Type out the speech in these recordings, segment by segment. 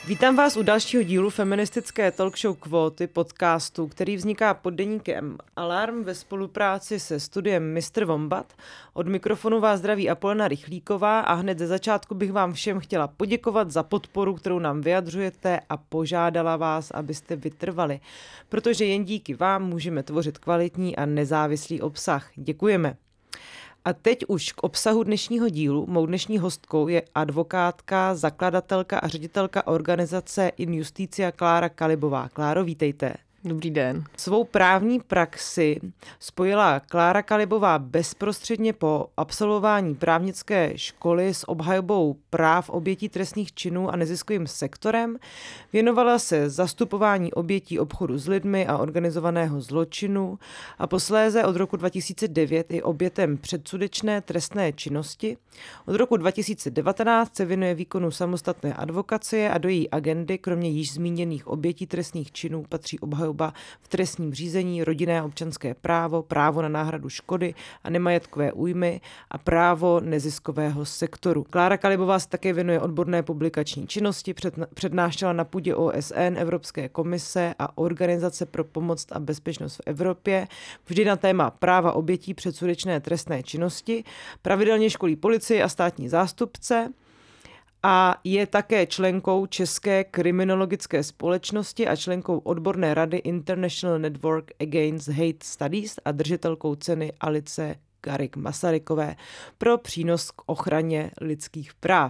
Vítám vás u dalšího dílu feministické talk show Kvóty podcastu, který vzniká pod deníkem Alarm ve spolupráci se studiem Mr. Wombat. Od mikrofonu vás zdraví Apolena Rychlíková a hned ze začátku bych vám všem chtěla poděkovat za podporu, kterou nám vyjadřujete, a požádala vás, abyste vytrvali, protože jen díky vám můžeme tvořit kvalitní a nezávislý obsah. Děkujeme. A teď už k obsahu dnešního dílu. Mou dnešní hostkou je advokátka, zakladatelka a ředitelka organizace In Justitia Klára Kalibová. Kláro, vítejte. Dobrý den. Svou právní praxi spojila Klára Kalibová bezprostředně po absolvování právnické školy s obhajobou práv obětí trestných činů a neziskovým sektorem. Věnovala se zastupování obětí obchodu s lidmi a organizovaného zločinu a posléze od roku 2009 i obětem předsudečné trestné činnosti. Od roku 2019 se věnuje výkonu samostatné advokacie a do její agendy, kromě již zmíněných obětí trestných činů, patří obhajoba v trestním řízení, rodinné a občanské právo, právo na náhradu škody a nemajetkové újmy a právo neziskového sektoru. Klára Kalibová se také věnuje odborné publikační činnosti, přednášela na půdě OSN, Evropské komise a Organizace pro pomoc a bezpečnost v Evropě, vždy na téma práva obětí předsudečné trestné činnosti, pravidelně školí policii a státní zástupce, a je také členkou České kriminologické společnosti a členkou odborné rady International Network Against Hate Studies a držitelkou ceny Alice Garrick Masarykové pro přínos k ochraně lidských práv.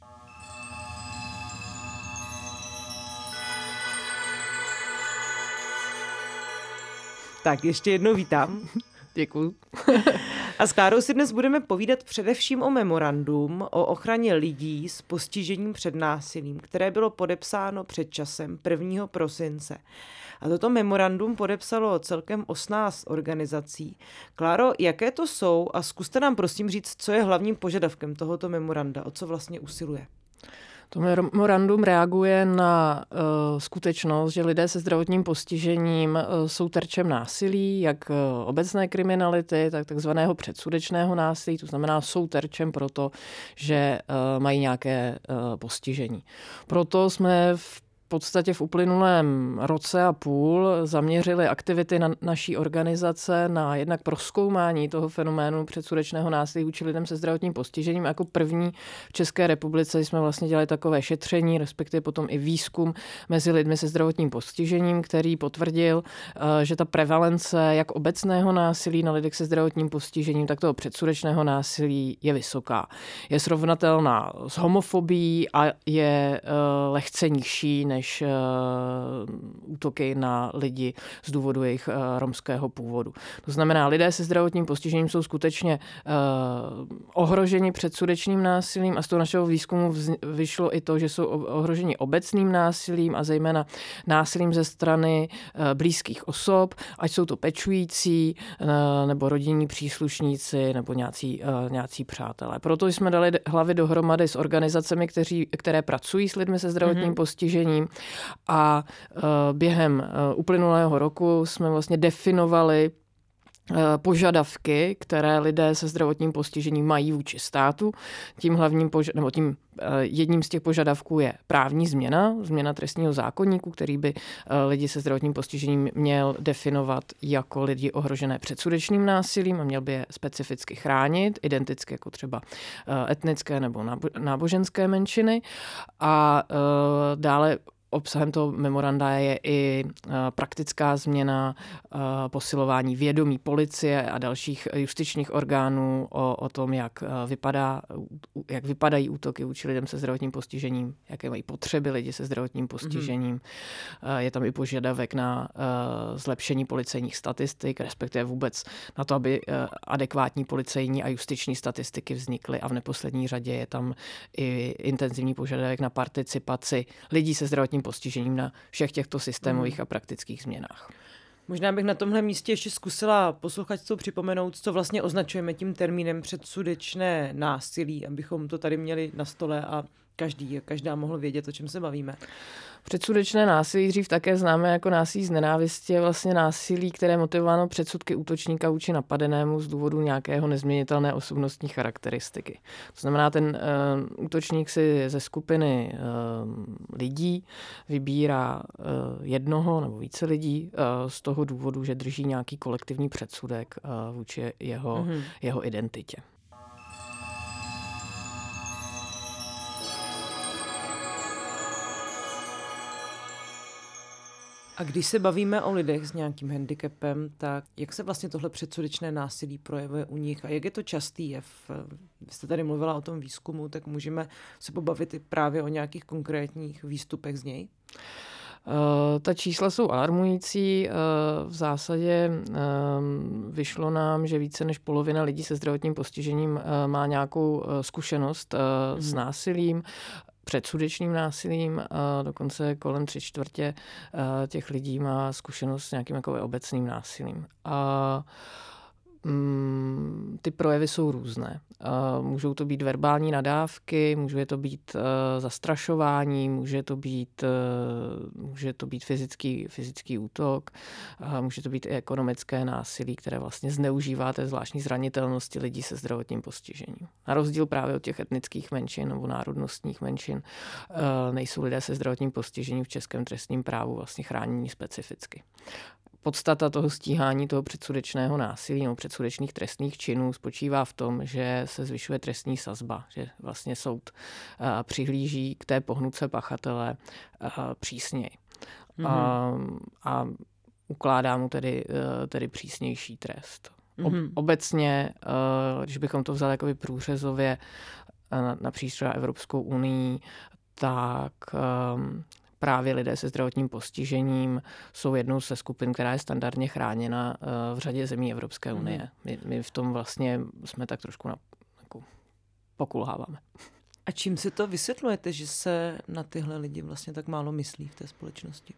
Tak, ještě jednou vítám. Děkuju. A s Klárou si dnes budeme povídat především o memorandum o ochraně lidí s postižením před násilím, které bylo podepsáno před časem 1. prosince. A toto memorandum podepsalo celkem 18 organizací. Kláro, jaké to jsou? A zkuste nám prosím říct, co je hlavním požadavkem tohoto memoranda, o co vlastně usiluje. To memorandum reaguje na skutečnost, že lidé se zdravotním postižením jsou terčem násilí, jak obecné kriminality, tak takzvaného předsudečného násilí, to znamená jsou terčem proto, že mají nějaké postižení. Proto jsme v podstatě v uplynulém roce a půl zaměřili aktivity naší organizace na jednak prozkoumání toho fenoménu předsudečného násilí vůči lidem se zdravotním postižením. Jako první v České republice jsme vlastně dělali takové šetření, respektive potom i výzkum mezi lidmi se zdravotním postižením, který potvrdil, že ta prevalence jak obecného násilí na lidech se zdravotním postižením, tak toho předsudečného násilí je vysoká. Je srovnatelná s homofobií a je lehce nižší než útoky na lidi z důvodu jejich romského původu. To znamená, lidé se zdravotním postižením jsou skutečně ohroženi předsudečným násilím a z toho našeho výzkumu vyšlo i to, že jsou ohroženi obecným násilím a zejména násilím ze strany blízkých osob, ať jsou to pečující nebo rodinní příslušníci nebo nějací přátelé. Proto jsme dali hlavy dohromady s organizacemi, které pracují s lidmi se zdravotním postižením. A během uplynulého roku jsme vlastně definovali požadavky, které lidé se zdravotním postižením mají vůči státu. Tím jedním z těch požadavků je právní změna trestního zákoníku, který by lidi se zdravotním postižením měl definovat jako lidi ohrožené předsudečným násilím a měl by je specificky chránit, identicky jako třeba etnické nebo náboženské menšiny. A dále obsahem toho memoranda je i praktická změna, posilování vědomí policie a dalších justičních orgánů o tom, jak vypadají útoky vůči lidem se zdravotním postižením, jaké mají potřeby lidi se zdravotním postižením. Je tam i požadavek na zlepšení policejních statistik, respektive vůbec na to, aby adekvátní policejní a justiční statistiky vznikly, a v neposlední řadě je tam i intenzivní požadavek na participaci lidí se zdravotním postižením na všech těchto systémových a praktických změnách. Možná bych na tomhle místě ještě zkusila posluchačům připomenout, co vlastně označujeme tím termínem předsudečné násilí, abychom to tady měli na stole a každá mohl vědět, o čem se bavíme. Předsudečné násilí, dřív také známe jako násilí z nenávisti, je vlastně násilí, které je motivováno předsudky útočníka vůči napadenému z důvodu nějakého nezměnitelné osobnostní charakteristiky. To znamená, ten útočník si ze skupiny lidí vybírá jednoho nebo více lidí z toho důvodu, že drží nějaký kolektivní předsudek vůči jeho identitě. A když se bavíme o lidech s nějakým handicapem, tak jak se vlastně tohle předsudečné násilí projevuje u nich a jak je to častý jev? Vy jste tady mluvila o tom výzkumu, tak můžeme se pobavit i právě o nějakých konkrétních výstupech z něj? Ta čísla jsou alarmující. V zásadě vyšlo nám, že více než polovina lidí se zdravotním postižením má nějakou zkušenost s násilím, předsudečným násilím, a dokonce kolem 3/4 těch lidí má zkušenost s nějakým jako obecným násilím. A ty projevy jsou různé. Můžou to být verbální nadávky, může to být zastrašování, může to být fyzický útok, může to být i ekonomické násilí, které vlastně zneužívá té zvláštní zranitelnosti lidí se zdravotním postižením. Na rozdíl právě od těch etnických menšin nebo národnostních menšin nejsou lidé se zdravotním postižením v českém trestním právu vlastně chráněni specificky. Podstata toho stíhání toho předsudečného násilí nebo předsudečných trestných činů spočívá v tom, že se zvyšuje trestní sazba, že vlastně soud přihlíží k té pohnuce pachatele přísněji. A ukládá mu tedy přísnější trest. Obecně, když bychom to vzali jakoby průřezově napříč třeba Evropskou unii, tak právě lidé se zdravotním postižením jsou jednou ze skupin, která je standardně chráněna v řadě zemí Evropské unie. My v tom vlastně jsme tak trošku pokulháváme. A čím si to vysvětlujete, že se na tyhle lidi vlastně tak málo myslí v té společnosti?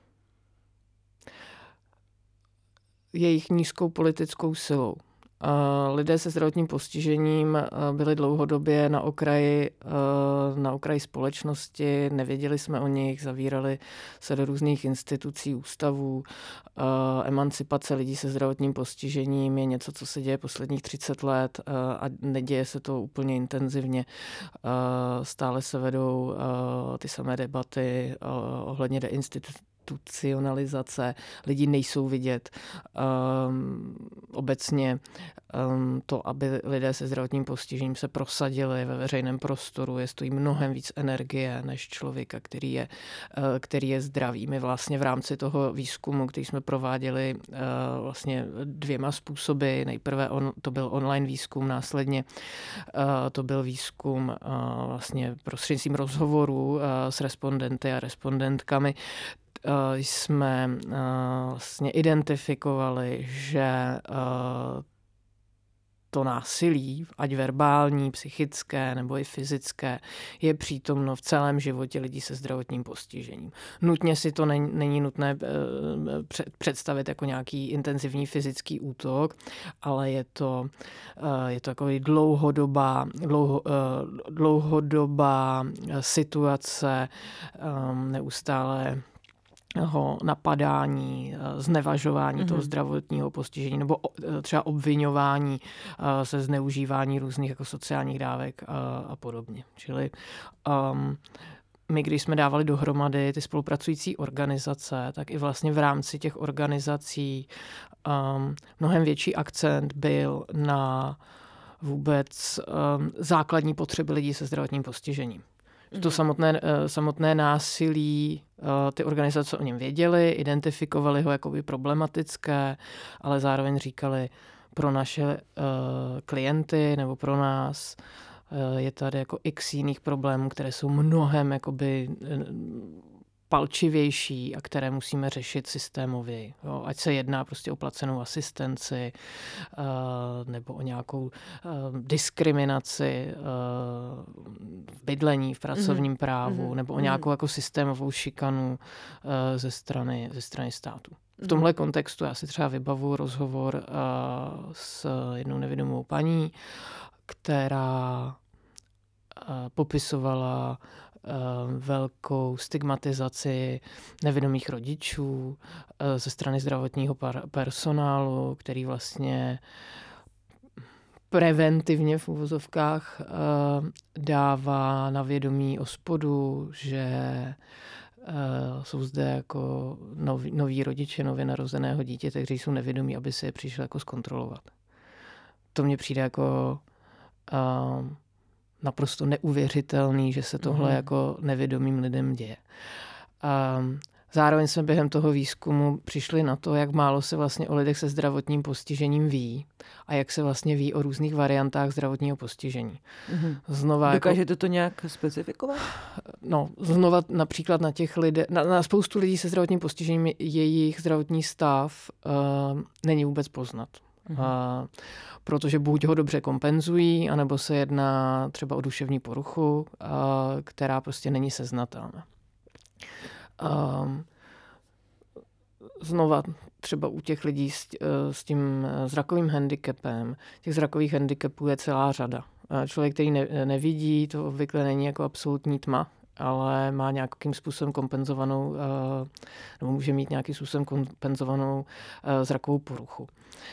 Jejich nízkou politickou silou. Lidé se zdravotním postižením byli dlouhodobě na okraji společnosti, nevěděli jsme o nich, zavírali se do různých institucí, ústavů. Emancipace lidí se zdravotním postižením je něco, co se děje posledních 30 let a neděje se to úplně intenzivně. Stále se vedou ty samé debaty ohledně deinstitucionalizace, lidi nejsou vidět. Obecně to, aby lidé se zdravotním postižením se prosadili ve veřejném prostoru, stojí mnohem víc energie než člověka, který je zdravý. My vlastně v rámci toho výzkumu, který jsme prováděli vlastně 2 způsoby, nejprve to byl online výzkum, následně to byl výzkum vlastně prostřednictvím rozhovorů s respondenty a respondentkami, jsme vlastně identifikovali, že to násilí, ať verbální, psychické nebo i fyzické, je přítomno v celém životě lidí se zdravotním postižením. Nutně si to není nutné představit jako nějaký intenzivní fyzický útok, ale je to takový dlouhodobá situace, neustále napadání, znevažování toho zdravotního postižení nebo třeba obviňování se zneužívání různých jako sociálních dávek a podobně. Čili my, když jsme dávali dohromady ty spolupracující organizace, tak i vlastně v rámci těch organizací mnohem větší akcent byl na vůbec základní potřeby lidí se zdravotním postižením. To samotné násilí, ty organizace o něm věděly, identifikovali ho jako by problematické, ale zároveň říkali, pro naše klienty nebo pro nás je tady jako x jiných problémů, které jsou mnohem jakoby palčivější a které musíme řešit systémově. Ať se jedná prostě o placenou asistenci nebo o nějakou diskriminaci v bydlení, v pracovním právu nebo o nějakou jako systémovou šikanu ze strany státu. V tomhle kontextu já si třeba vybavu rozhovor s jednou nevidomou paní, která popisovala, velkou stigmatizaci nevědomých rodičů ze strany zdravotního personálu, který vlastně preventivně v uvozovkách dává na vědomí OSPODu, že jsou zde jako noví rodiče nově narozeného dítěte, kteří jsou nevědomí, aby si je přišli jako zkontrolovat. To mně přijde jako naprosto neuvěřitelný, že se tohle jako nevědomým lidem děje. Zároveň jsme během toho výzkumu přišli na to, jak málo se vlastně o lidech se zdravotním postižením ví a jak se vlastně ví o různých variantách zdravotního postižení. Dokážete to nějak specifikovat? No, znova například na těch lidech, na spoustu lidí se zdravotním postižením jejich zdravotní stav není vůbec poznat. Protože buď ho dobře kompenzují, anebo se jedná třeba o duševní poruchu, která prostě není seznatelná. Znova třeba u těch lidí s tím zrakovým handicapem, těch zrakových handicapů je celá řada. Člověk, který nevidí, to obvykle není jako absolutní tma, ale má nějakým způsobem kompenzovanou, nebo může mít nějakým způsobem kompenzovanou zrakovou poruchu.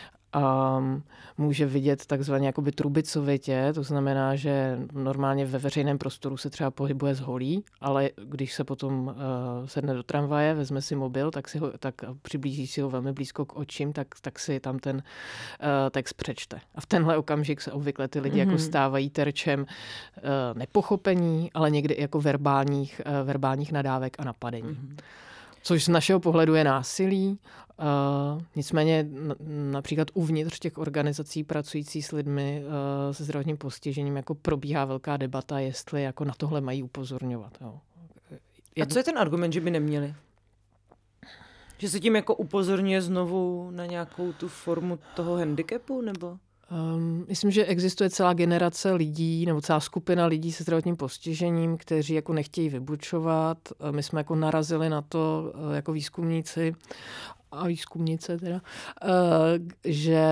Může vidět takzvaně jakoby trubicovitě, to znamená, že normálně ve veřejném prostoru se třeba pohybuje zholí, ale když se potom sedne do tramvaje, vezme si mobil, tak přiblíží si ho velmi blízko k očím, tak si tam ten text přečte. A v tenhle okamžik se obvykle ty lidi jako stávají terčem nepochopení, ale někdy i jako verbálních nadávek a napadení. Což z našeho pohledu je násilí. Nicméně například uvnitř těch organizací pracující s lidmi se zdravotním postižením jako probíhá velká debata, jestli jako na tohle mají upozorňovat. Jo. A co je ten argument, že by neměli? Že se tím jako upozorňuje znovu na nějakou tu formu toho handicapu, nebo? Myslím, že existuje celá generace lidí nebo celá skupina lidí se zdravotním postižením, kteří jako nechtějí vybučovat. My jsme jako narazili na to jako výzkumníci a výzkumnice teda, že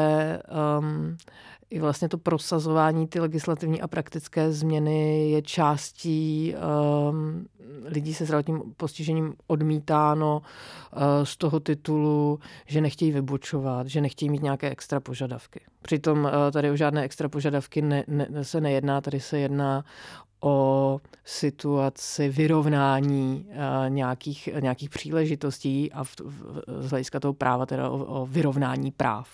i vlastně to prosazování ty legislativní a praktické změny je částí lidí se zdravotním postižením odmítáno z toho titulu, že nechtějí vybučovat, že nechtějí mít nějaké extra požadavky. Přitom tady o žádné extra požadavky se nejedná, tady se jedná o situaci vyrovnání nějakých příležitostí a z hlediska toho práva teda o vyrovnání práv.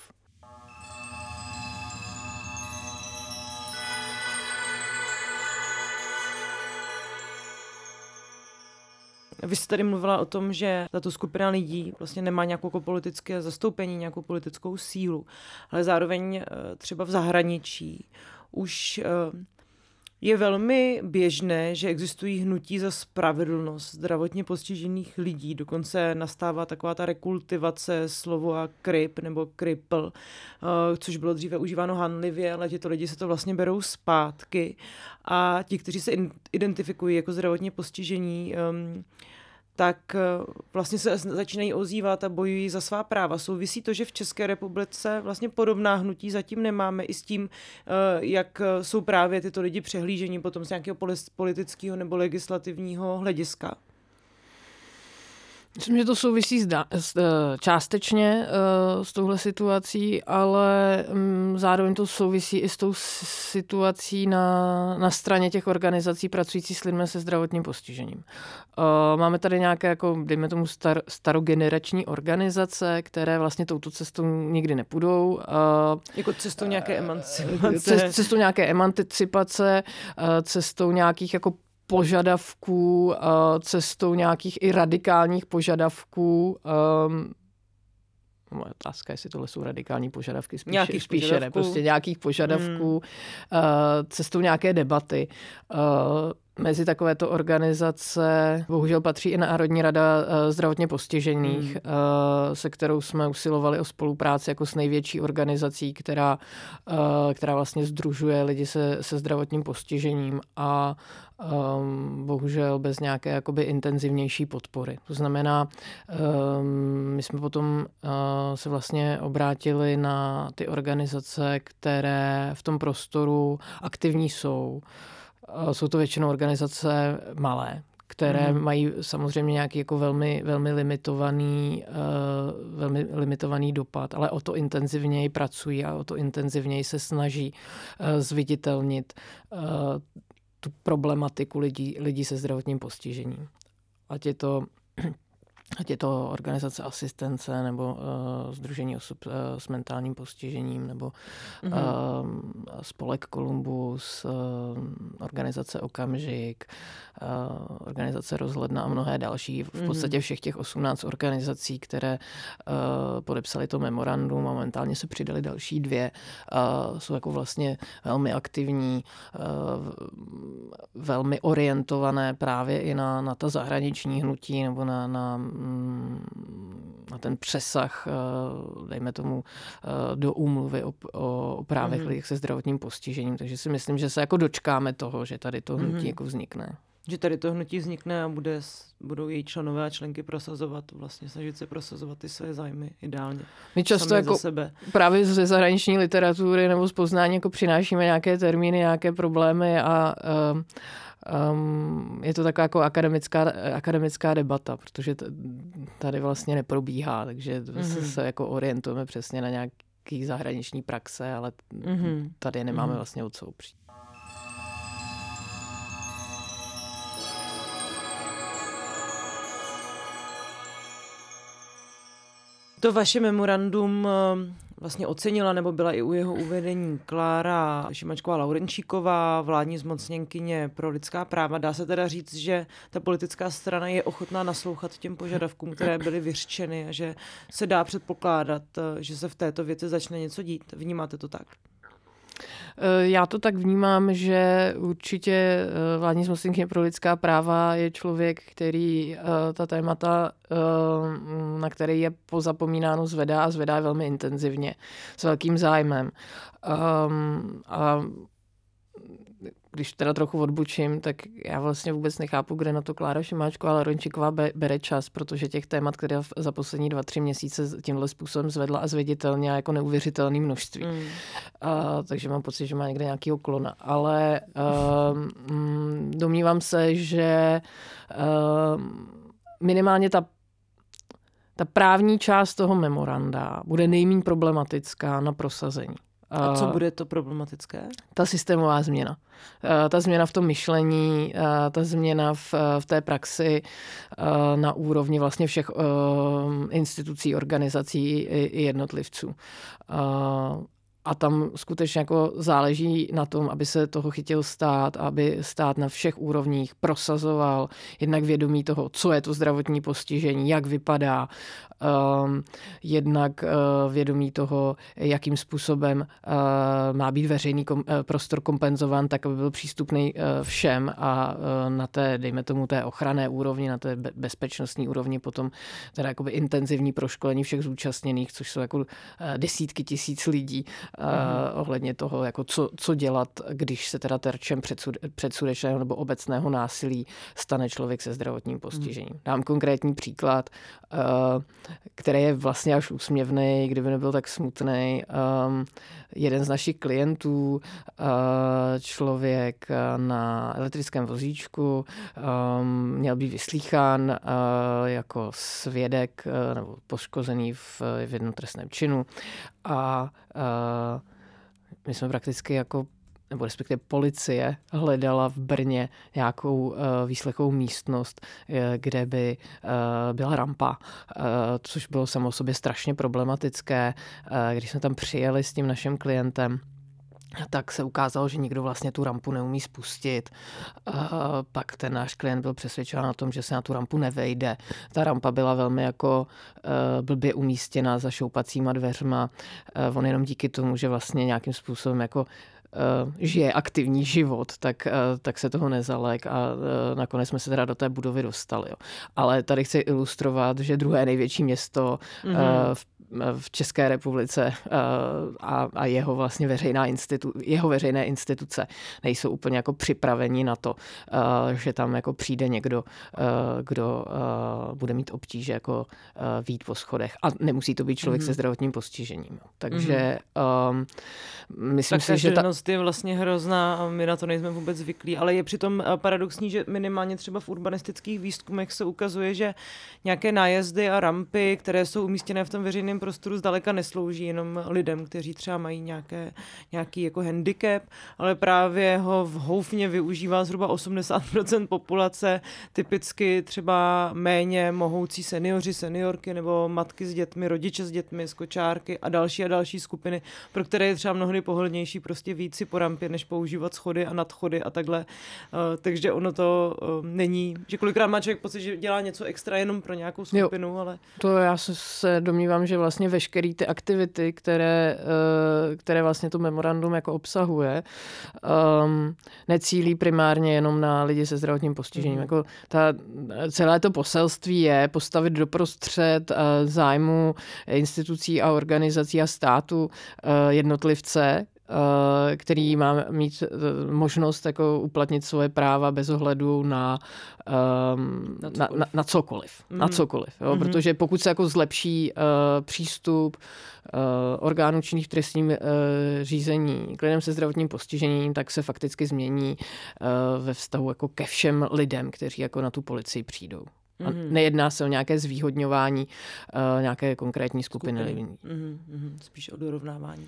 Vy jste tady mluvila o tom, že tato skupina lidí vlastně nemá nějakou politické zastoupení, nějakou politickou sílu, ale zároveň třeba v zahraničí už je velmi běžné, že existují hnutí za spravedlnost zdravotně postižených lidí. Dokonce nastává taková ta rekultivace slova krip nebo cripple, což bylo dříve užíváno hanlivě, ale těto lidi se to vlastně berou zpátky. A ti, kteří se identifikují jako zdravotně postižení, tak vlastně se začínají ozývat a bojují za svá práva. Souvisí to, že v České republice vlastně podobná hnutí zatím nemáme i s tím, jak jsou právě tyto lidi přehlíženi potom z nějakého politického nebo legislativního hlediska? Myslím, že to souvisí částečně s touhle situací, ale zároveň to souvisí i s tou situací na straně těch organizací pracující s lidmi se zdravotním postižením. Máme tady nějaké, jako, dejme tomu, starogenerační organizace, které vlastně touto cestou nikdy nepůjdou. Jako cestou nějaké emancipace. Cestou nějaké emancipace, cestou nějakých jako požadavků, cestou nějakých i radikálních požadavků. Moje otázka, jestli tohle jsou radikální požadavky, spíše ne, prostě nějakých požadavků, cestou nějaké debaty. Mezi takovéto organizace bohužel patří i Národní rada zdravotně postižených, se kterou jsme usilovali o spolupráci jako s největší organizací, která vlastně sdružuje lidi se zdravotním postižením a bohužel bez nějaké jakoby intenzivnější podpory. To znamená, my jsme potom se vlastně obrátili na ty organizace, které v tom prostoru aktivní jsou. Jsou to většinou organizace malé, které mají samozřejmě nějaký jako velmi limitovaný dopad, ale o to intenzivněji pracují a o to intenzivněji se snaží zviditelnit tu problematiku lidí se zdravotním postižením. Ať je to organizace asistence nebo Sdružení osob s mentálním postižením nebo spolek Columbus, organizace Okamžik, organizace Rozhledna a mnohé další. V podstatě všech těch 18 organizací, které podepsali to memorandum, momentálně se přidali další 2, jsou jako vlastně velmi aktivní, velmi orientované právě i na ta zahraniční hnutí nebo na ten přesah, dejme tomu, do úmluvy o právech lidí se zdravotním postižením. Takže si myslím, že se jako dočkáme toho, že tady to hnutí jako vznikne. Že tady to hnutí vznikne a budou její členové a členky snažit se prosazovat ty své zájmy ideálně. My často jako právě ze zahraniční literatury nebo z poznání jako přinášíme nějaké termíny, nějaké problémy a je to taková jako akademická debata, protože tady vlastně neprobíhá, takže se jako orientujeme přesně na nějaký zahraniční praxe, ale tady nemáme vlastně o co opřít. To vaše memorandum vlastně ocenila, nebo byla i u jeho uvedení Klára Šimačková-Laurenčíková, vládní zmocněnkyně pro lidská práva. Dá se teda říct, že ta politická strana je ochotná naslouchat těm požadavkům, které byly vyřčeny a že se dá předpokládat, že se v této věci začne něco dít. Vnímáte to tak? Já to tak vnímám, že určitě vládní zmocněnkyně pro lidská práva je člověk, který ta témata, na který je pozapomínáno, zvedá velmi intenzivně, s velkým zájmem. A když teda trochu odbočím, tak já vlastně vůbec nechápu, kde na to Klára Šimáčková-Laurenčíková bere čas, protože těch témat, které za poslední 2-3 měsíce tímhle způsobem zvedla a zveditelně jako neuvěřitelné množství. Takže mám pocit, že má někde nějaký klona. Ale domnívám se, že minimálně ta právní část toho memoranda bude nejméně problematická na prosazení. A co bude to problematické? Ta systémová změna. Ta změna v tom myšlení, ta změna v té praxi na úrovni vlastně všech institucí, organizací i jednotlivců. A tam skutečně jako záleží na tom, aby se toho chytil stát, aby stát na všech úrovních prosazoval jednak vědomí toho, co je to zdravotní postižení, jak vypadá, jednak vědomí toho, jakým způsobem má být veřejný prostor kompenzován, tak aby byl přístupný všem a na té, dejme tomu, té ochranné úrovni, na té bezpečnostní úrovni potom teda jakoby intenzivní proškolení všech zúčastněných, což jsou jako desítky tisíc lidí ohledně toho, jako co dělat, když se teda terčem předsudečného nebo obecného násilí stane člověk se zdravotním postižením. Dám konkrétní příklad, který je vlastně až úsměvný, kdyby nebyl tak smutný. Jeden z našich klientů, člověk na elektrickém vozíčku, měl být vyslýchán jako svědek nebo poškozený v jednom trestném činu a my jsme prakticky jako nebo respektive policie hledala v Brně nějakou výslechovou místnost, kde by byla rampa, což bylo samo o sobě strašně problematické. Když jsme tam přijeli s tím naším klientem, tak se ukázalo, že nikdo vlastně tu rampu neumí spustit. Pak ten náš klient byl přesvědčen na tom, že se na tu rampu nevejde. Ta rampa byla velmi jako blbě umístěna za šoupacíma dveřma. On jenom díky tomu, že vlastně nějakým způsobem jako žije aktivní život, tak se toho nezalek a nakonec jsme se teda do té budovy dostali. Jo. Ale tady chci ilustrovat, že druhé největší město v České republice a jeho vlastně jeho veřejné instituce nejsou úplně jako připraveni na to, že tam jako přijde někdo, kdo bude mít obtíže jako vyjít po schodech. A nemusí to být člověk se zdravotním postižením. Takže myslím si, že Nerovnost je vlastně hrozná a my na to nejsme vůbec zvyklí, ale je přitom paradoxní, že minimálně třeba v urbanistických výzkumech se ukazuje, že nějaké nájezdy a rampy, které jsou umístěné v tom veřejném prostoru, zdaleka neslouží jenom lidem, kteří třeba mají nějaký jako handicap, ale právě ho v houfně využívá zhruba 80% populace, typicky třeba méně mohoucí seniori, seniorky nebo matky s dětmi, rodiče s dětmi, skočárky a další skupiny, pro které je třeba mnohdy pohodlnější prostě víc si po rampě, než používat schody a nadchody a takhle. Takže ono to není, že kolikrát má člověk pocit, že dělá něco extra jenom pro nějakou skupinu, jo, ale... To já se domnívám, že vlastně veškeré ty aktivity, které vlastně to memorandum jako obsahuje, necílí primárně jenom na lidi se zdravotním postižením. Jako celé to poselství je postavit doprostřed zájmu institucí a organizací a státu jednotlivce, který má mít možnost jako uplatnit svoje práva bez ohledu na cokoliv. Na cokoliv. Jo? Protože pokud se jako zlepší přístup orgánů činných v trestním řízení k lidem se zdravotním postižením, tak se fakticky změní ve vztahu jako ke všem lidem, kteří jako na tu policii přijdou. A nejedná se o nějaké zvýhodňování nějaké konkrétní skupiny lidí. Spíš o dorovnávání.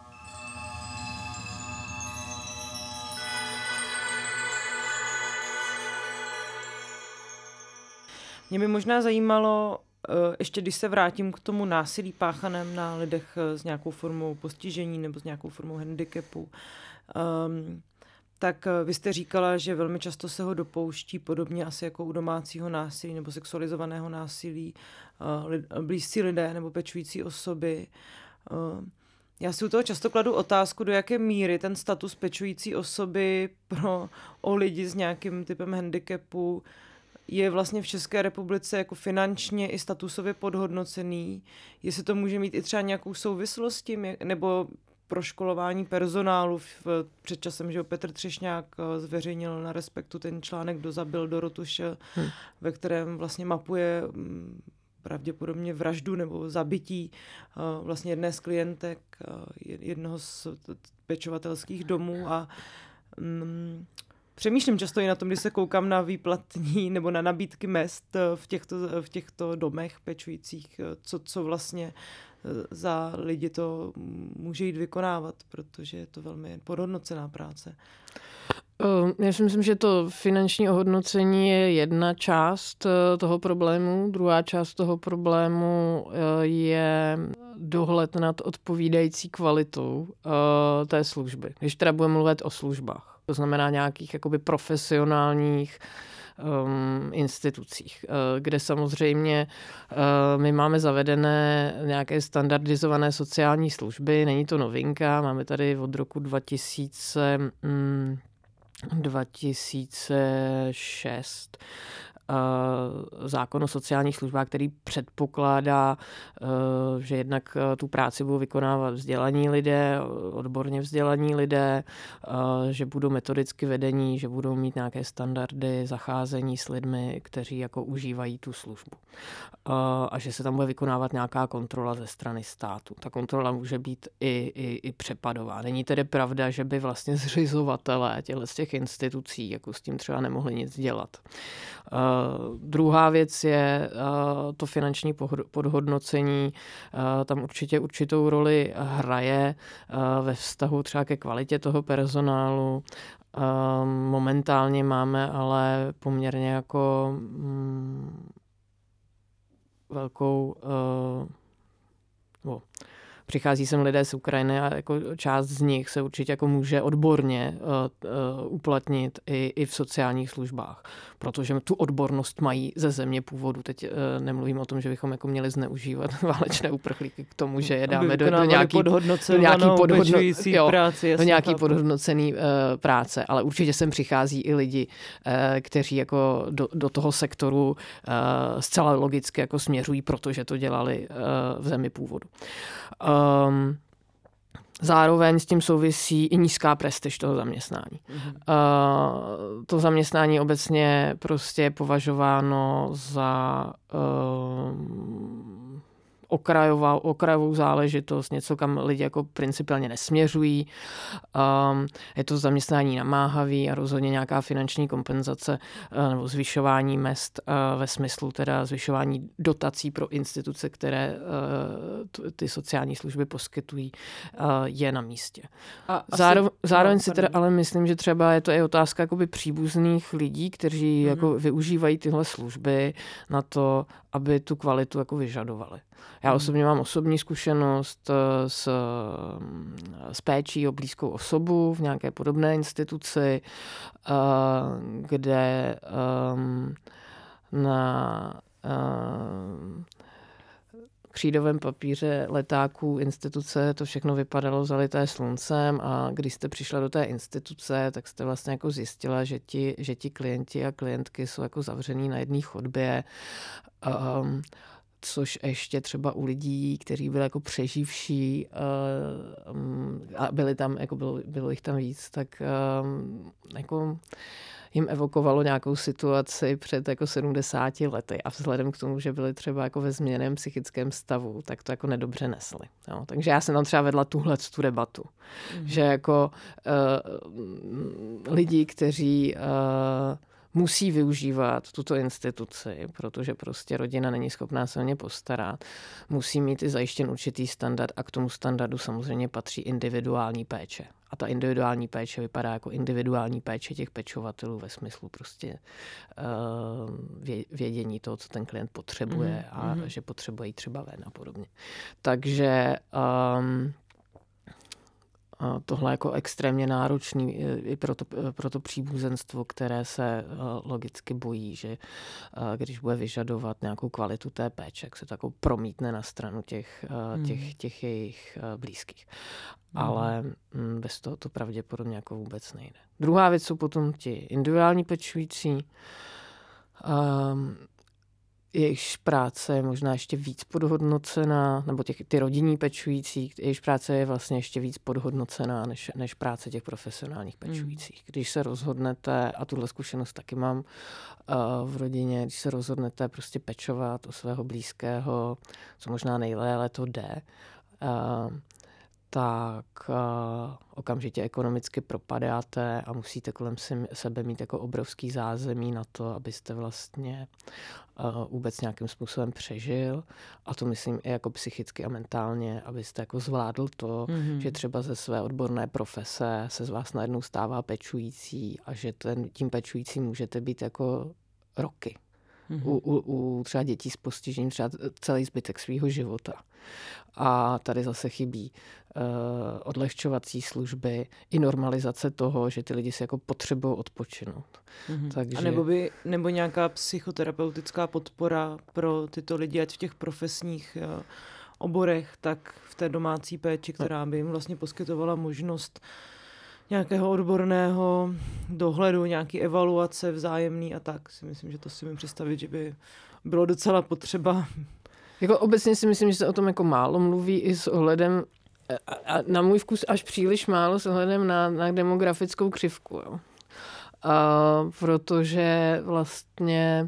Mě by možná zajímalo, ještě když se vrátím k tomu násilí páchaném na lidech s nějakou formou postižení nebo s nějakou formou handicapu, tak vy jste říkala, že velmi často se ho dopouští podobně asi jako u domácího násilí nebo sexualizovaného násilí blízcí lidé nebo pečující osoby. Já si u toho často kladu otázku, do jaké míry ten status pečující osoby o lidi s nějakým typem handicapu je vlastně v České republice jako finančně i statusově podhodnocený. Jestli to může mít i třeba nějakou souvislost s tím, nebo proškolování personálu. Před časem, že Petr Třešňák zveřejnil na Respektu ten článek Kdo zabil Dorotu Š., ve kterém vlastně mapuje pravděpodobně vraždu nebo zabití vlastně jedné z klientek jednoho z pečovatelských domů a přemýšlím často i na tom, když se koukám na výplatní nebo na nabídky mezd v těchto domech pečujících, co vlastně za lidi to může jít vykonávat, protože je to velmi podhodnocená práce. Já si myslím, že to finanční ohodnocení je jedna část toho problému. Druhá část toho problému je dohled nad odpovídající kvalitou té služby. Když teda budeme mluvit o službách. To znamená nějakých jakoby profesionálních institucích, kde samozřejmě my máme zavedené nějaké standardizované sociální služby. Není to novinka, máme tady od roku 2006 zákon o sociálních službách, který předpokládá, že jednak tu práci budou vykonávat vzdělaní lidé, odborně vzdělaní lidé, že budou metodicky vedení, že budou mít nějaké standardy zacházení s lidmi, kteří jako užívají tu službu. A že se tam bude vykonávat nějaká kontrola ze strany státu. Ta kontrola může být i přepadová. Není tedy pravda, že by vlastně zřizovatelé těch institucí jako s tím třeba nemohli nic dělat. Druhá věc je to finanční podhodnocení. Tam určitě určitou roli hraje ve vztahu třeba ke kvalitě toho personálu. Momentálně máme ale poměrně jako velkou přichází sem lidé z Ukrajiny a jako část z nich se určitě jako může odborně uplatnit i v sociálních službách, protože tu odbornost mají ze země původu. Teď nemluvím o tom, že bychom jako měli zneužívat válečné uprchlíky k tomu, že je dáme do nějaký podhodnocený práce, ale určitě sem přichází i lidi, kteří jako do toho sektoru zcela logicky jako směřují, protože to dělali v zemi původu. Zároveň s tím souvisí i nízká prestiž toho zaměstnání. To zaměstnání obecně prostě je považováno za okrajovou záležitost, něco, kam lidi jako principiálně nesměřují. Je to zaměstnání namáhavý a rozhodně nějaká finanční kompenzace nebo zvyšování mezd ve smyslu teda zvyšování dotací pro instituce, které ty sociální služby poskytují, je na místě. Zároveň si teda ale myslím, že třeba je to i otázka jakoby příbuzných lidí, kteří jako využívají tyhle služby na to, aby tu kvalitu jako vyžadovali. Já osobně mám osobní zkušenost s péčí o blízkou osobu v nějaké podobné instituci, kde na křídovém papíře letáků instituce to všechno vypadalo zalité sluncem a když jste přišla do té instituce, tak jste vlastně jako zjistila, že ti klienti a klientky jsou jako zavřený na jedné chodbě, což ještě třeba u lidí, kteří byli jako přeživší a byli tam, jako bylo jich tam víc, tak jako jim evokovalo nějakou situaci před jako 70 lety a vzhledem k tomu, že byli třeba jako ve změněném psychickém stavu, tak to jako nedobře nesli. Jo. Takže já jsem tam třeba vedla tu debatu, že jako lidi, kteří musí využívat tuto instituci, protože prostě rodina není schopná se o ně postarat. Musí mít i zajištěn určitý standard a k tomu standardu samozřejmě patří individuální péče. A ta individuální péče vypadá jako individuální péče těch pečovatelů ve smyslu prostě vědění toho, co ten klient potřebuje a že potřebuje jít třeba ven a podobně. Takže tohle jako extrémně náročný i pro to příbuzenstvo, které se logicky bojí, že když bude vyžadovat nějakou kvalitu té péče, tak se to jako promítne na stranu těch jejich blízkých. Ale bez toho to pravděpodobně jako vůbec nejde. Druhá věc jsou potom ti individuální pečující, jejichž práce je možná ještě víc podhodnocená, nebo ty rodinní pečující, jejichž práce je vlastně ještě víc podhodnocená než práce těch profesionálních pečujících. Když se rozhodnete, a tuhle zkušenost taky mám v rodině, když se rozhodnete prostě pečovat o svého blízkého, co možná nejlépe to jde, tak okamžitě ekonomicky propadáte a musíte kolem sebe mít jako obrovský zázemí na to, abyste vlastně vůbec nějakým způsobem přežil. A to myslím i jako psychicky a mentálně, abyste jako zvládl to, že třeba ze své odborné profese se z vás najednou stává pečující a že tím pečujícím můžete být jako roky. U třeba dětí s postižením třeba celý zbytek svého života. A tady zase chybí odlehčovací služby i normalizace toho, že ty lidi si jako potřebují odpočinout. Takže... A nebo nějaká psychoterapeutická podpora pro tyto lidi, ať v těch profesních oborech, tak v té domácí péči, která by jim vlastně poskytovala možnost nějakého odborného dohledu, nějaký evaluace vzájemný a tak. Si myslím, že to si mi představit, že by bylo docela potřeba. Jako obecně si myslím, že se o tom jako málo mluví i s ohledem, a na můj vkus až příliš málo s ohledem na demografickou křivku. Jo. Protože vlastně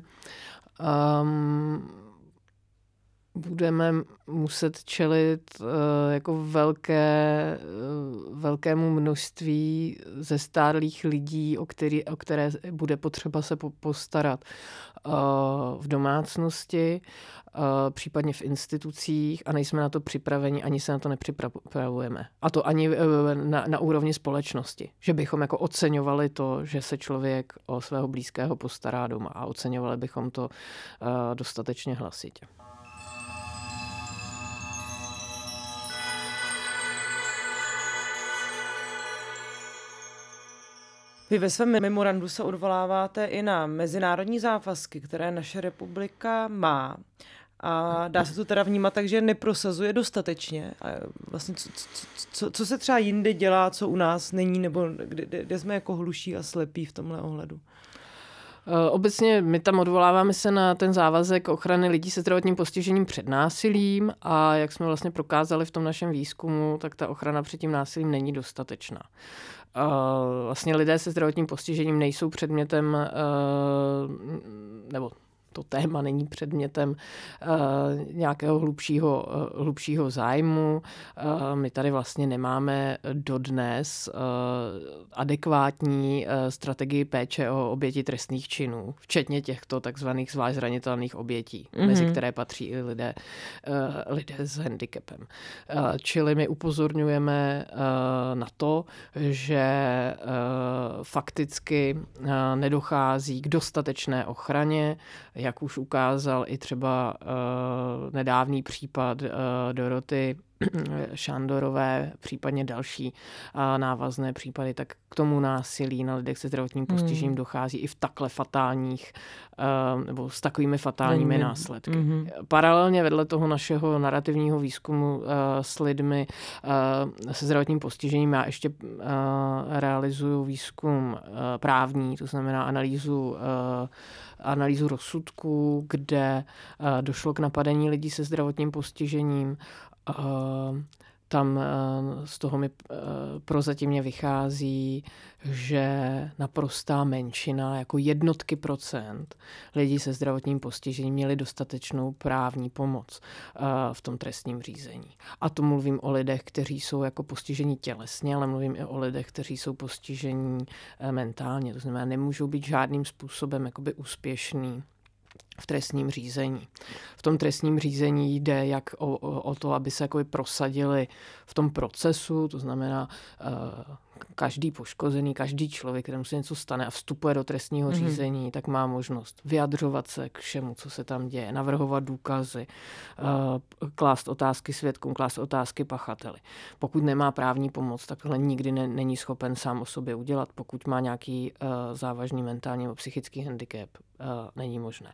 budeme muset čelit jako velkému množství zestárlých lidí, o které bude potřeba se postarat v domácnosti, případně v institucích a nejsme na to připraveni, ani se na to nepřipravujeme. A to ani na úrovni společnosti. Že bychom jako oceňovali to, že se člověk o svého blízkého postará doma a oceňovali bychom to dostatečně hlasitě. Vy ve svém memorandu se odvoláváte i na mezinárodní závazky, které naše republika má. A dá se to teda vnímat tak, že neprosazuje dostatečně. A vlastně co se třeba jinde dělá, co u nás není, nebo kde jsme jako hluší a slepí v tomhle ohledu? Obecně my tam odvoláváme se na ten závazek ochrany lidí se zdravotním postižením před násilím a jak jsme vlastně prokázali v tom našem výzkumu, tak ta ochrana před tím násilím není dostatečná. Vlastně lidé se zdravotním postižením nejsou předmětem, nebo to téma není předmětem nějakého hlubšího zájmu. My tady vlastně nemáme dodnes adekvátní strategii péče o oběti trestných činů, včetně těchto takzvaných zvlášť zranitelných obětí, mezi které patří i lidé s handicapem. Čili my upozorňujeme na to, že fakticky nedochází k dostatečné ochraně, jak už ukázal i třeba nedávný případ Doroty Šandorové, případně další návazné případy, tak k tomu násilí na lidech se zdravotním postižením dochází i v takhle fatálních nebo s takovými fatálními následky. Paralelně vedle toho našeho narrativního výzkumu s lidmi se zdravotním postižením já ještě realizuju výzkum právní, to znamená analýzu rozsudků, kde došlo k napadení lidí se zdravotním postižením. Tam z toho mi prozatímně vychází, že naprostá menšina, jako jednotky procent lidí se zdravotním postižením měli dostatečnou právní pomoc v tom trestním řízení. A to mluvím o lidech, kteří jsou jako postižení tělesně, ale mluvím i o lidech, kteří jsou postižení mentálně. To znamená, nemůžou být žádným způsobem jakoby úspěšný v trestním řízení. V tom trestním řízení jde jak o to, aby se jakoby prosadili v tom procesu, to znamená každý poškozený, každý člověk, kterému se něco stane a vstupuje do trestního řízení, tak má možnost vyjadřovat se k všemu, co se tam děje, navrhovat důkazy, klást otázky svědkům, klást otázky pachateli. Pokud nemá právní pomoc, takhle nikdy není schopen sám o sobě udělat. Pokud má nějaký závažný mentální nebo psychický handicap, není možné.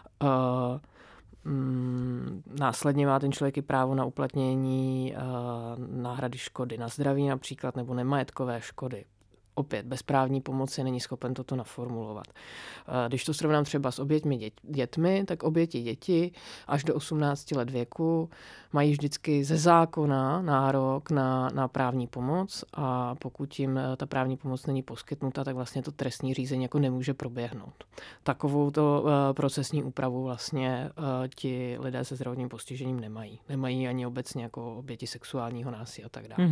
Následně má ten člověk i právo na uplatnění náhrady škody na zdraví například nebo nemajetkové škody. Opět, bez právní pomoci není schopen toto naformulovat. Když to srovnám třeba s oběťmi dětmi, tak oběti děti až do 18 let věku mají vždycky ze zákona nárok na právní pomoc a pokud jim ta právní pomoc není poskytnuta, tak vlastně to trestní řízení jako nemůže proběhnout. Takovou to procesní úpravu vlastně ti lidé se zdravotním postižením nemají. Nemají ani obecně jako oběti sexuálního násilí a tak dále.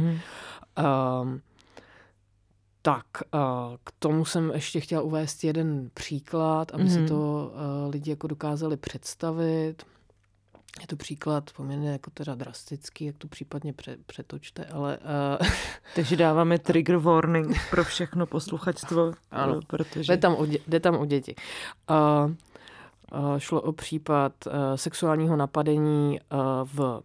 Tak, k tomu jsem ještě chtěla uvést jeden příklad, aby si to lidi jako dokázali představit. Je to příklad poměrně jako teda drastický, jak to případně přetočte, ale... Takže dáváme trigger warning pro všechno posluchačstvo. Ano, protože... jde tam o děti. Šlo o případ sexuálního napadení v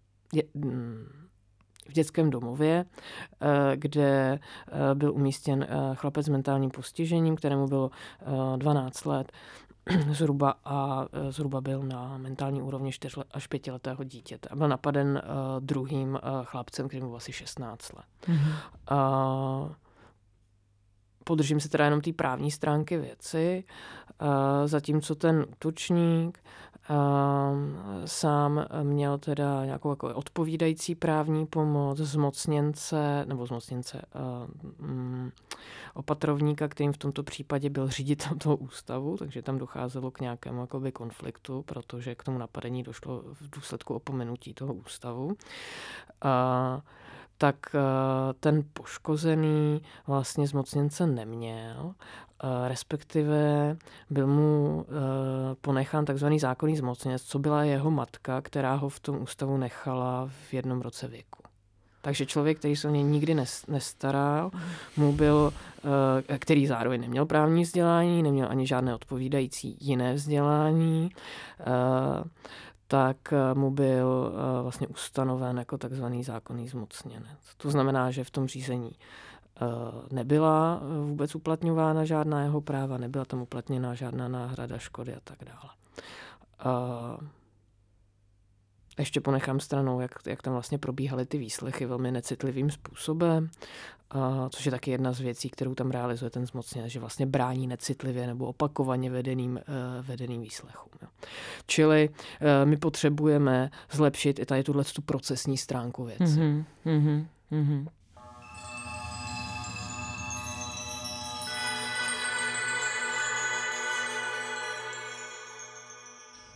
dětském domově, kde byl umístěn chlapec s mentálním postižením, kterému bylo 12 let zhruba byl na mentální úrovni 4 až 5letého dítěte a byl napaden druhým chlapcem, kterému bylo asi 16 let. Podržím se teda jenom té právní stránky věci, zatímco ten útočník sám měl teda nějakou jako odpovídající právní pomoc zmocněnce opatrovníka, kterým v tomto případě byl ředitel toho ústavu, takže tam docházelo k nějakému jakoby konfliktu, protože k tomu napadení došlo v důsledku opomenutí toho ústavu. Tak ten poškozený vlastně zmocněnce neměl, respektive byl mu ponechán takzvaný zákonný zmocněnec, co byla jeho matka, která ho v tom ústavu nechala v 1 roce věku. Takže člověk, který se o něj nikdy nestaral, mu byl, který zároveň neměl právní vzdělání, neměl ani žádné odpovídající jiné vzdělání, tak mu byl vlastně ustanoven jako takzvaný zákonný zmocněnec. To znamená, že v tom řízení nebyla vůbec uplatňována žádná jeho práva, nebyla tam uplatněna žádná náhrada škody a tak dále. Ještě ponechám stranou, jak tam vlastně probíhaly ty výslechy velmi necitlivým způsobem, což je taky jedna z věcí, kterou tam realizuje ten zmocněnec, že vlastně brání necitlivě nebo opakovaně vedeným výslechům. Jo. Čili my potřebujeme zlepšit i tady tu procesní stránku věci.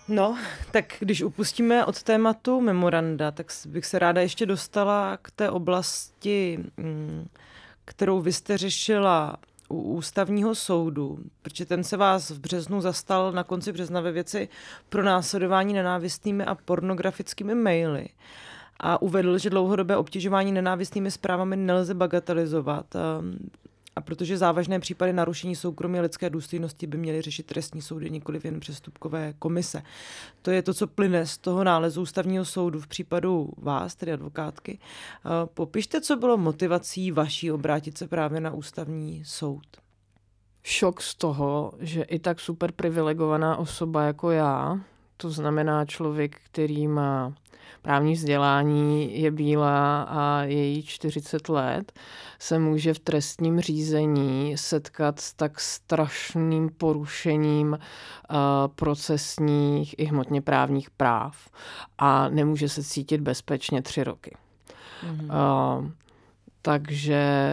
No, tak když upustíme od tématu memoranda, tak bych se ráda ještě dostala k té oblasti, kterou vy jste řešila u Ústavního soudu, protože ten se vás v březnu zastal na konci března ve věci pronásledování nenávistnými a pornografickými maily a uvedl, že dlouhodobé obtěžování nenávistnými zprávami nelze bagatelizovat. A protože závažné případy narušení soukromí a lidské důstojnosti by měly řešit trestní soudy, nikoliv jen přestupkové komise. To je to, co plyne z toho nálezu Ústavního soudu v případu vás, tedy advokátky. Popište, co bylo motivací vaší obrátit se právě na Ústavní soud. Šok z toho, že i tak super privilegovaná osoba jako já, to znamená člověk, který má právní vzdělání, je bílá a je jí 40 let, se může v trestním řízení setkat s tak strašným porušením procesních i hmotně právních práv a nemůže se cítit bezpečně 3 roky. Takže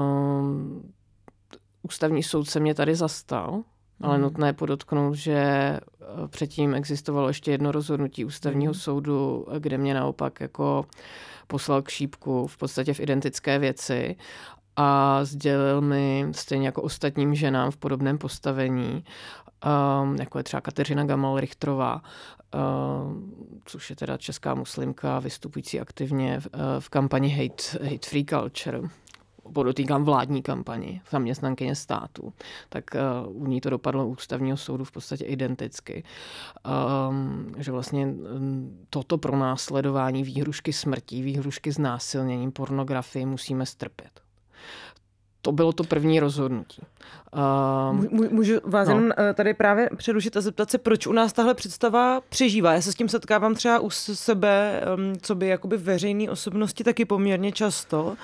Ústavní soud se mě tady zastal, ale nutné podotknout, že předtím existovalo ještě jedno rozhodnutí Ústavního soudu, kde mě naopak jako poslal k šípku v podstatě v identické věci a sdělil mi stejně jako ostatním ženám v podobném postavení, jako je třeba Kateřina Gamal-Richtrová, což je teda česká muslimka vystupující aktivně v kampani Hate Free Culture. Podotýkám vládní kampani, zaměstnankyně státu, tak u ní to dopadlo u Ústavního soudu v podstatě identicky. Že vlastně toto pronásledování, výhrušky smrtí, výhrušky znásilněním, pornografii musíme strpět. To bylo to první rozhodnutí. Můžu vás jenom tady právě přerušit a zeptat se, proč u nás tahle představa přežívá. Já se s tím setkávám třeba u sebe, co by jakoby veřejné osobnosti taky poměrně často,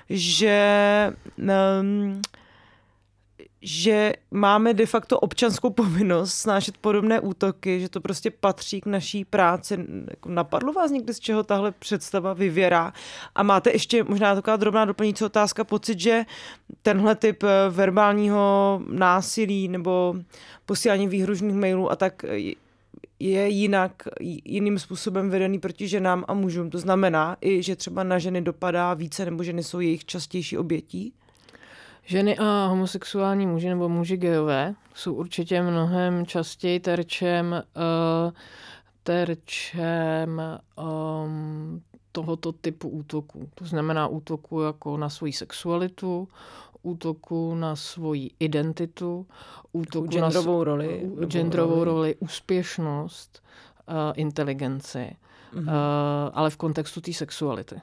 že máme de facto občanskou povinnost snášet podobné útoky, že to prostě patří k naší práci. Napadlo vás někdy, z čeho tahle představa vyvěrá? A máte ještě možná taková drobná doplňující otázka, pocit, že tenhle typ verbálního násilí nebo posílání výhružných mailů a tak je jiným způsobem vedený proti ženám a mužům? To znamená i, že třeba na ženy dopadá více nebo ženy jsou jejich častější obětí? Ženy a homosexuální muži nebo muži gejové jsou určitě mnohem častěji terčem tohoto typu útoků. To znamená útoku jako na svoji sexualitu, útoku na svoji identitu, útoku na genderovou roli, úspěšnost, inteligenci, ale v kontextu té sexuality.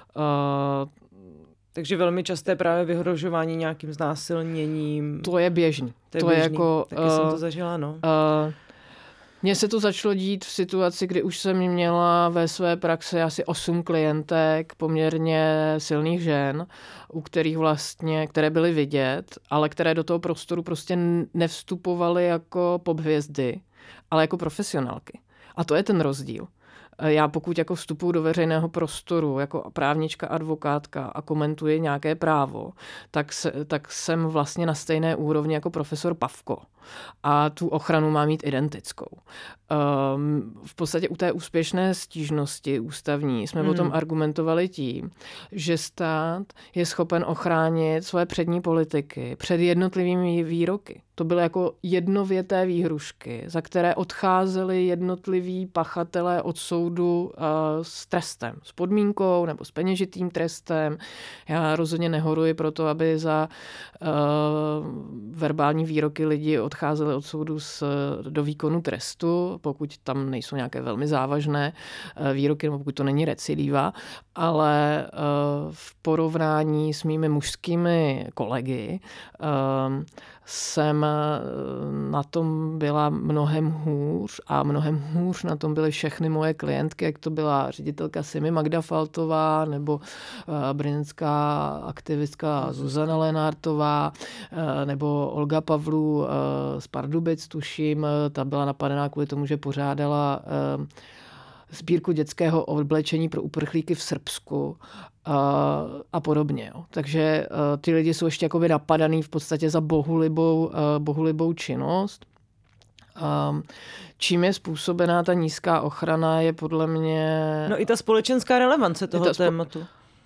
Takže velmi časté právě vyhrožování nějakým znásilněním. To je běžný. To je jako, taky jsem to zažila, no. Mně se to začalo dít v situaci, kdy už jsem měla ve své praxi asi 8 klientek, poměrně silných žen, u kterých vlastně, které byly vidět, ale které do toho prostoru prostě nevstupovaly jako pophvězdy, ale jako profesionálky. A to je ten rozdíl. Já pokud jako vstupuji do veřejného prostoru jako právnička, advokátka a komentuji nějaké právo, tak jsem vlastně na stejné úrovni jako profesor Pavko. A tu ochranu má mít identickou. V podstatě u té úspěšné stížnosti ústavní jsme o tom argumentovali tím, že stát je schopen ochránit své přední politiky před jednotlivými výroky. To byly jako jednověté výhrušky, za které odcházeli jednotliví pachatelé od soudu s trestem, s podmínkou nebo s peněžitým trestem. Já rozhodně nehoruji pro to, aby za verbální výroky lidi odcházeli od soudu do výkonu trestu, pokud tam nejsou nějaké velmi závažné výroky, nebo pokud to není recidiva, ale v porovnání s mými mužskými kolegy jsem na tom byla mnohem hůř a mnohem hůř na tom byly všechny moje klientky, jak to byla ředitelka Simi Magda Faltová nebo brněnská aktivistka Zuzana Lenártová nebo Olga Pavlů z Pardubic, tuším, ta byla napadená kvůli tomu, že pořádala sbírku dětského oblečení pro uprchlíky v Srbsku a podobně. Jo. Takže ty lidi jsou ještě jakoby napadaný v podstatě za bohulibou činnost. Čím je způsobená ta nízká ochrana, je podle mě... No i ta společenská relevance toho tématu.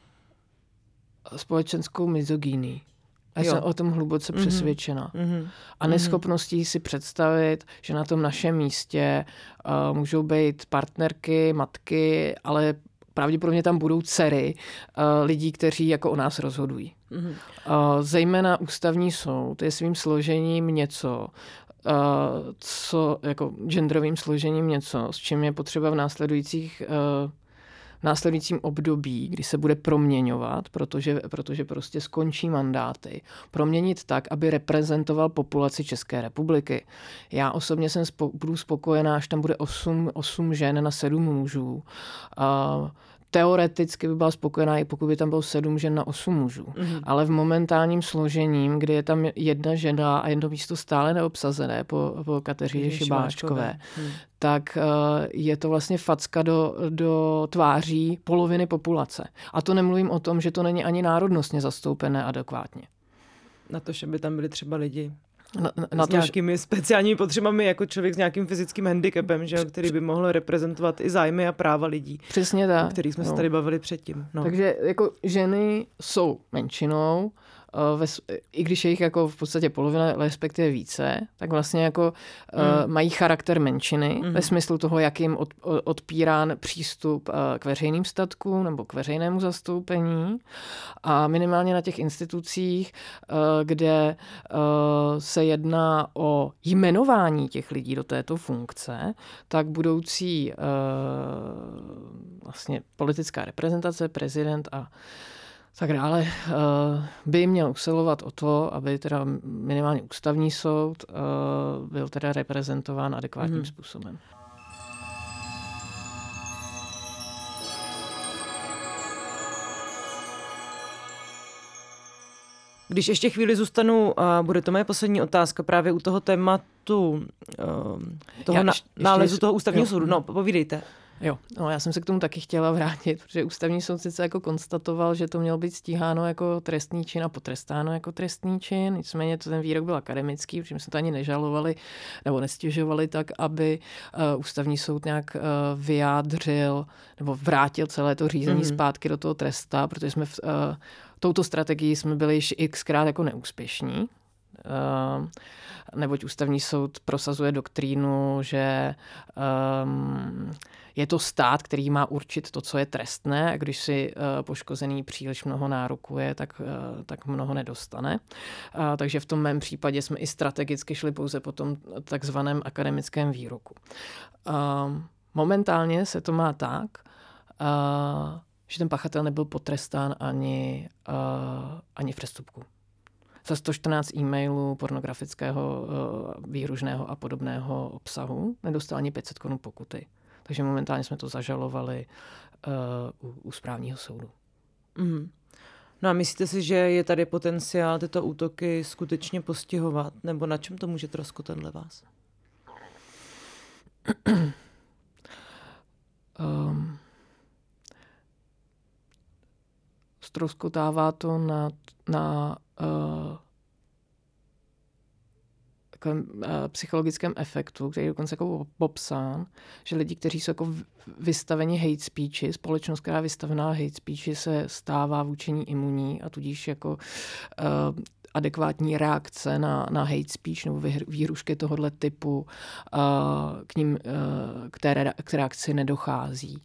Společenskou mizogynii. Já jsem o tom hluboce přesvědčena. A neschopností si představit, že na tom našem místě můžou být partnerky, matky, ale pravděpodobně tam budou dcery lidí, kteří jako o nás rozhodují. Zejména ústavní soud je svým složením něco, co jako genderovým složením něco, s čím je potřeba v následujícím období, kdy se bude proměňovat, protože prostě skončí mandáty, proměnit tak, aby reprezentoval populaci České republiky. Já osobně budu spokojená, až tam bude 8 žen na 7 mužů. Teoreticky by byla spokojená, i pokud by tam bylo 7 žen na 8 mužů. Ale v momentálním složením, kdy je tam 1 žena a jedno místo stále neobsazené po Kateřině Šibáčkové, tak je to vlastně facka do tváří poloviny populace. A to nemluvím o tom, že to není ani národnostně zastoupené adekvátně. Na to, že by tam byli třeba lidi s nějakými speciálními potřebami, jako člověk s nějakým fyzickým handicapem, že, který by mohl reprezentovat i zájmy a práva lidí. Přesně tak. O kterých jsme se tady bavili předtím. No. Takže jako ženy jsou menšinou, i když je jich jako v podstatě polovina, respektive více, tak vlastně jako mají charakter menšiny ve smyslu toho, jak jim odpírán přístup k veřejným statkům nebo k veřejnému zastoupení. A minimálně na těch institucích, kde se jedná o jmenování těch lidí do této funkce, tak budoucí vlastně politická reprezentace, prezident a tak dále by měl usilovat o to, aby teda minimálně ústavní soud byl teda reprezentován adekvátním způsobem. Když ještě chvíli zůstanu, bude to moje poslední otázka právě u toho tématu toho nálezu toho ústavního soudu. No, povídejte. Jo, no, já jsem se k tomu taky chtěla vrátit, protože ústavní soud sice jako konstatoval, že to mělo být stíháno jako trestný čin a potrestáno jako trestný čin, nicméně ten výrok byl akademický, protože jsme to ani nežalovali nebo nestěžovali tak, aby ústavní soud nějak vyjádřil nebo vrátil celé to řízení zpátky do toho tresta, protože jsme touto strategií jsme byli již xkrát jako neúspěšní. Neboť ústavní soud prosazuje doktrínu, že je to stát, který má určit to, co je trestné, a když si poškozený příliš mnoho nárokuje, tak mnoho nedostane. Takže v tom mém případě jsme i strategicky šli pouze po tom takzvaném akademickém výroku. Momentálně se to má tak, že ten pachatel nebyl potrestán ani v přestupku. Za 114 e-mailů pornografického, výhružného a podobného obsahu nedostal ani 500 korun pokuty. Takže momentálně jsme to zažalovali u správního soudu. No a myslíte si, že je tady potenciál tyto útoky skutečně postihovat? Nebo na čem to může troskotat dle vás? Ztroskotává to na psychologickém efektu, který je dokonce jako popsán, že lidi, kteří jsou jako vystaveni hate speechi, společnost, která je vystavená hate speechi, se stává vůči ní imunní a tudíž jako adekvátní reakce na hate speech nebo výhrušky tohoto typu k ním k reakci nedochází.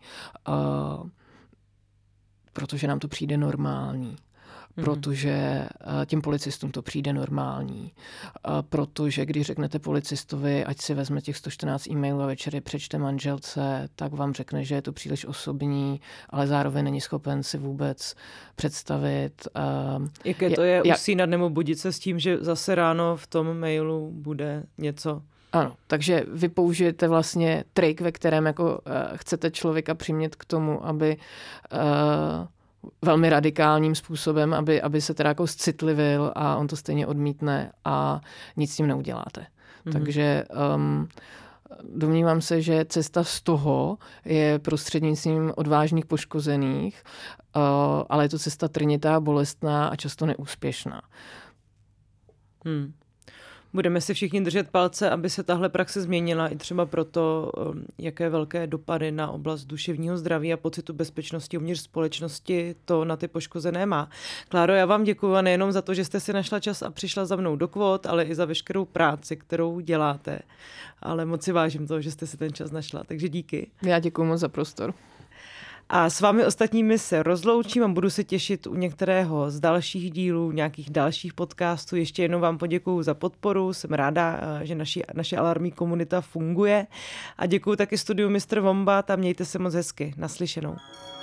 Protože nám to přijde normální. Protože těm policistům to přijde normální. Protože když řeknete policistovi, ať si vezme těch 114 e-mailů a večer je přečte manželce, tak vám řekne, že je to příliš osobní, ale zároveň není schopen si vůbec představit. Jaké to je usínat nebo budit se s tím, že zase ráno v tom mailu bude něco. Ano, takže vy použijete vlastně trik, ve kterém jako chcete člověka přimět k tomu, aby velmi radikálním způsobem, aby se teda jako zcitlivil a on to stejně odmítne a nic s tím neuděláte. Takže domnívám se, že cesta z toho je prostřednictvím odvážných poškozených, ale je to cesta trnitá, bolestná a často neúspěšná. Budeme si všichni držet palce, aby se tahle praxe změnila i třeba proto, jaké velké dopady na oblast duševního zdraví a pocitu bezpečnosti uvnitř společnosti to na ty poškozené má. Kláro, já vám děkuji a nejenom za to, že jste si našla čas a přišla za mnou do Kvót, ale i za veškerou práci, kterou děláte. Ale moc si vážím toho, že jste si ten čas našla, takže díky. Já děkuji moc za prostor. A s vámi ostatními se rozloučím a budu se těšit u některého z dalších dílů, nějakých dalších podcastů. Ještě jednou vám poděkuju za podporu, jsem ráda, že naše alarmní komunita funguje a děkuju taky studiu Mr. Wombat a mějte se moc hezky. Naslyšenou.